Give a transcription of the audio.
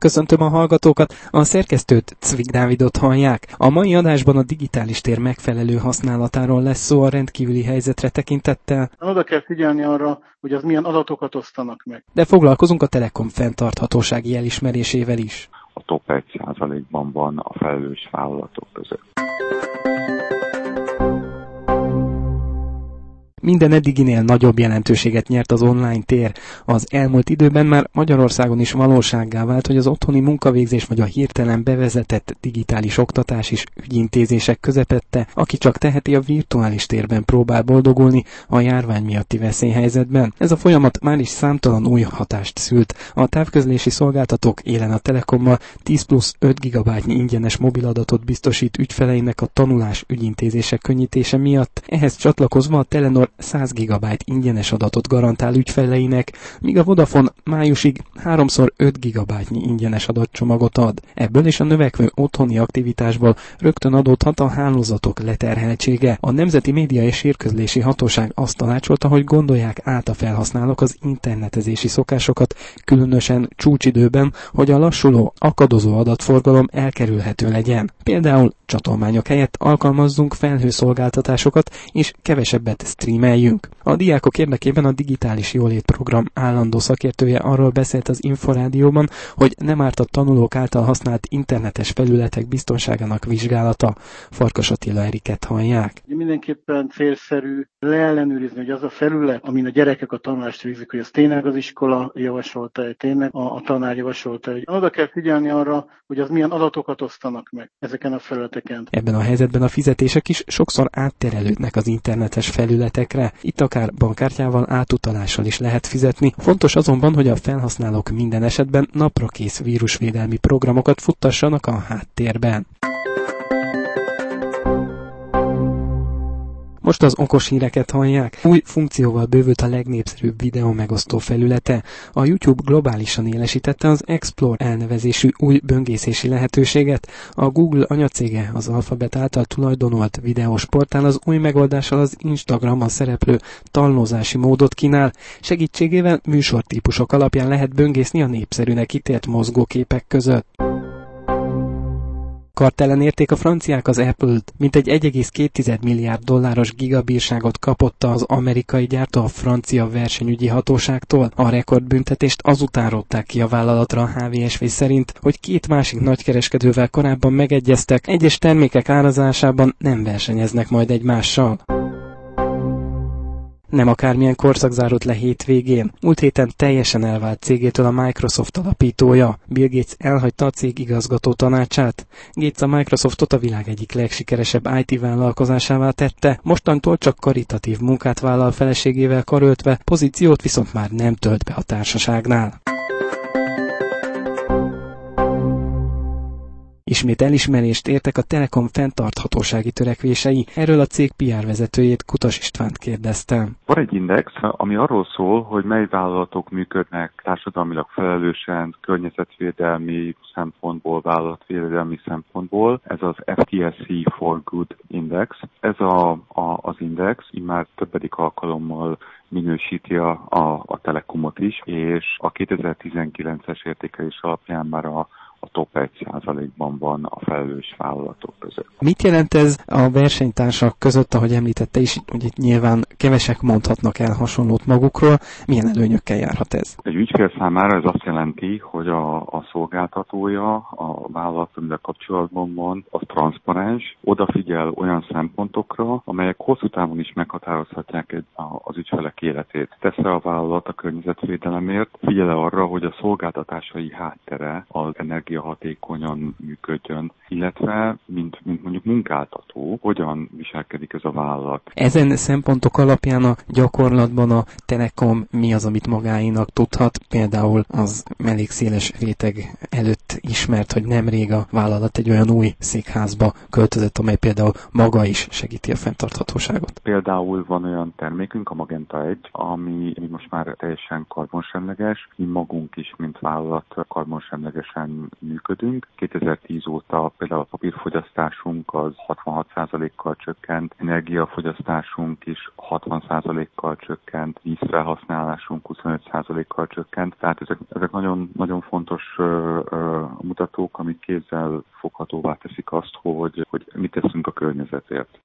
Köszöntöm a hallgatókat, a szerkesztőt, Cvik Dávidot hallják. A mai adásban a digitális tér megfelelő használatáról lesz szó a rendkívüli helyzetre tekintettel. Oda kell figyelni arra, hogy az milyen adatokat osztanak meg. De foglalkozunk a Telekom fenntarthatósági elismerésével is. A top 1%-ban van a felelős vállalatok között. Minden eddiginél nagyobb jelentőséget nyert az online tér. Az elmúlt időben már Magyarországon is valósággá vált, hogy az otthoni munkavégzés vagy a hirtelen bevezetett digitális oktatás is ügyintézések közepette, aki csak teheti, a virtuális térben próbál boldogulni a járvány miatti veszélyhelyzetben. Ez a folyamat már is számtalan új hatást szült. A távközlési szolgáltatók élen a Telekommal 10+5 GB-nyi ingyenes mobiladatot biztosít ügyfeleinek a tanulás ügyintézések könnyítése miatt. Ehhez csatlakozva a Telenor 100 GB ingyenes adatot garantál ügyfeleinek, míg a Vodafone májusig 3x5 GB-nyi ingyenes adatcsomagot ad. Ebből és a növekvő otthoni aktivitásból rögtön adódhat a hálózatok leterheltsége. A Nemzeti Média és Hírközlési Hatóság azt tanácsolta, hogy gondolják át a felhasználók az internetezési szokásokat, különösen csúcsidőben, hogy a lassuló, akadozó adatforgalom elkerülhető legyen. Például csatolmányok helyett alkalmazzunk felhőszolgáltatásokat és kevesebbet streameljünk. A diákok érdekében a Digitális Jólét Program állandó szakértője arról beszélt az Inforádióban, hogy nem árt a tanulók által használt internetes felületek biztonságának vizsgálata. Farkas Attila Eriket hallják. Mindenképpen célszerű leellenőrizni, hogy az a felület, amin a gyerekek a tanulást végzik, hogy az tényleg az iskola javasolta, hogy tényleg a tanár javasolta, hogy oda kell figyelni arra, hogy az milyen adatokat osztanak meg ezeken a felületeken. Ebben a helyzetben a fizetések is sokszor átterelődnek az internetes felületekre. Itt akár bankkártyával, átutalással is lehet fizetni. Fontos azonban, hogy a felhasználók minden esetben naprakész vírusvédelmi programokat futtassanak a háttérben. Most az okos híreket hallják. Új funkcióval bővült a legnépszerűbb videó megosztó felülete. A YouTube globálisan élesítette az Explore elnevezésű új böngészési lehetőséget. A Google anyacége, az Alphabet által tulajdonolt videós portál az új megoldással az Instagramon szereplő tallózási módot kínál. Segítségével műsortípusok alapján lehet böngészni a népszerűnek ítélt mozgóképek között. Kartellen érték a franciák az Apple-t, mintegy 1,2 milliárd dolláros gigabírságot kapott az amerikai gyártó a francia versenyügyi hatóságtól. A rekordbüntetést azután rótták ki a vállalatra a HVSV szerint, hogy két másik nagykereskedővel korábban megegyeztek, egyes termékek árazásában nem versenyeznek majd egymással. Nem akármilyen korszak zárult le hétvégén. Múlt héten teljesen elvált cégétől a Microsoft alapítója. Bill Gates elhagyta a cég igazgató tanácsát. Gates a Microsoftot a világ egyik legsikeresebb IT vállalkozásává tette, mostantól csak karitatív munkát vállal feleségével karöltve, pozíciót viszont már nem tölt be a társaságnál. Ismét elismerést értek a Telekom fenntarthatósági törekvései. Erről a cég PR vezetőjét, Kutas Istvánt kérdeztem. Van egy index, ami arról szól, hogy mely vállalatok működnek társadalmilag felelősen, környezetvédelmi szempontból, vállalatvédelmi szempontból. Ez az FTSE for Good Index. Ez az index immár többedik alkalommal minősíti a Telekomot is, és a 2019-es értékelés alapján már a top 1%-ban van a felelős vállalatok között. Mit jelent ez a versenytársak között, ahogy említette is, hogy itt nyilván kevesek mondhatnak el hasonlót magukról, milyen előnyökkel járhat ez? Egy ügyfél számára ez azt jelenti, hogy a szolgáltatója, a vállalat, amivel kapcsolatban van, az transzparens, odafigyel olyan szempontokra, amelyek hosszú távon is meghatározhatják az ügyfelek életét. Tesz a vállalat a környezetvédelemért, figyel arra, hogy a szolgáltatásai háttere az energiahatékonyan működjön, illetve, mint mondjuk munkáltató, hogyan viselkedik ez a vállalat. Ezen szempontok alapján a gyakorlatban a Telekom mi az, amit magáinak tudhat? Például az elég széles réteg előtt ismert, hogy nemrég a vállalat egy olyan új székházba költözött, amely például maga is segíti a fenntarthatóságot. Például van olyan termékünk, a Magenta 1, ami most már teljesen karbonsemleges. Mi magunk is, mint vállalat karbonsemlegesen működünk. 2010 óta például a papírfogyasztásunk az 66%-kal csökkent, energiafogyasztásunk is 60%-kal csökkent, vízfelhasználásunk 25%-kal csökkent. Tehát ezek nagyon, nagyon fontos mutatók, amik kézzel foghatóvá teszik azt, hogy mit teszünk a környezetért.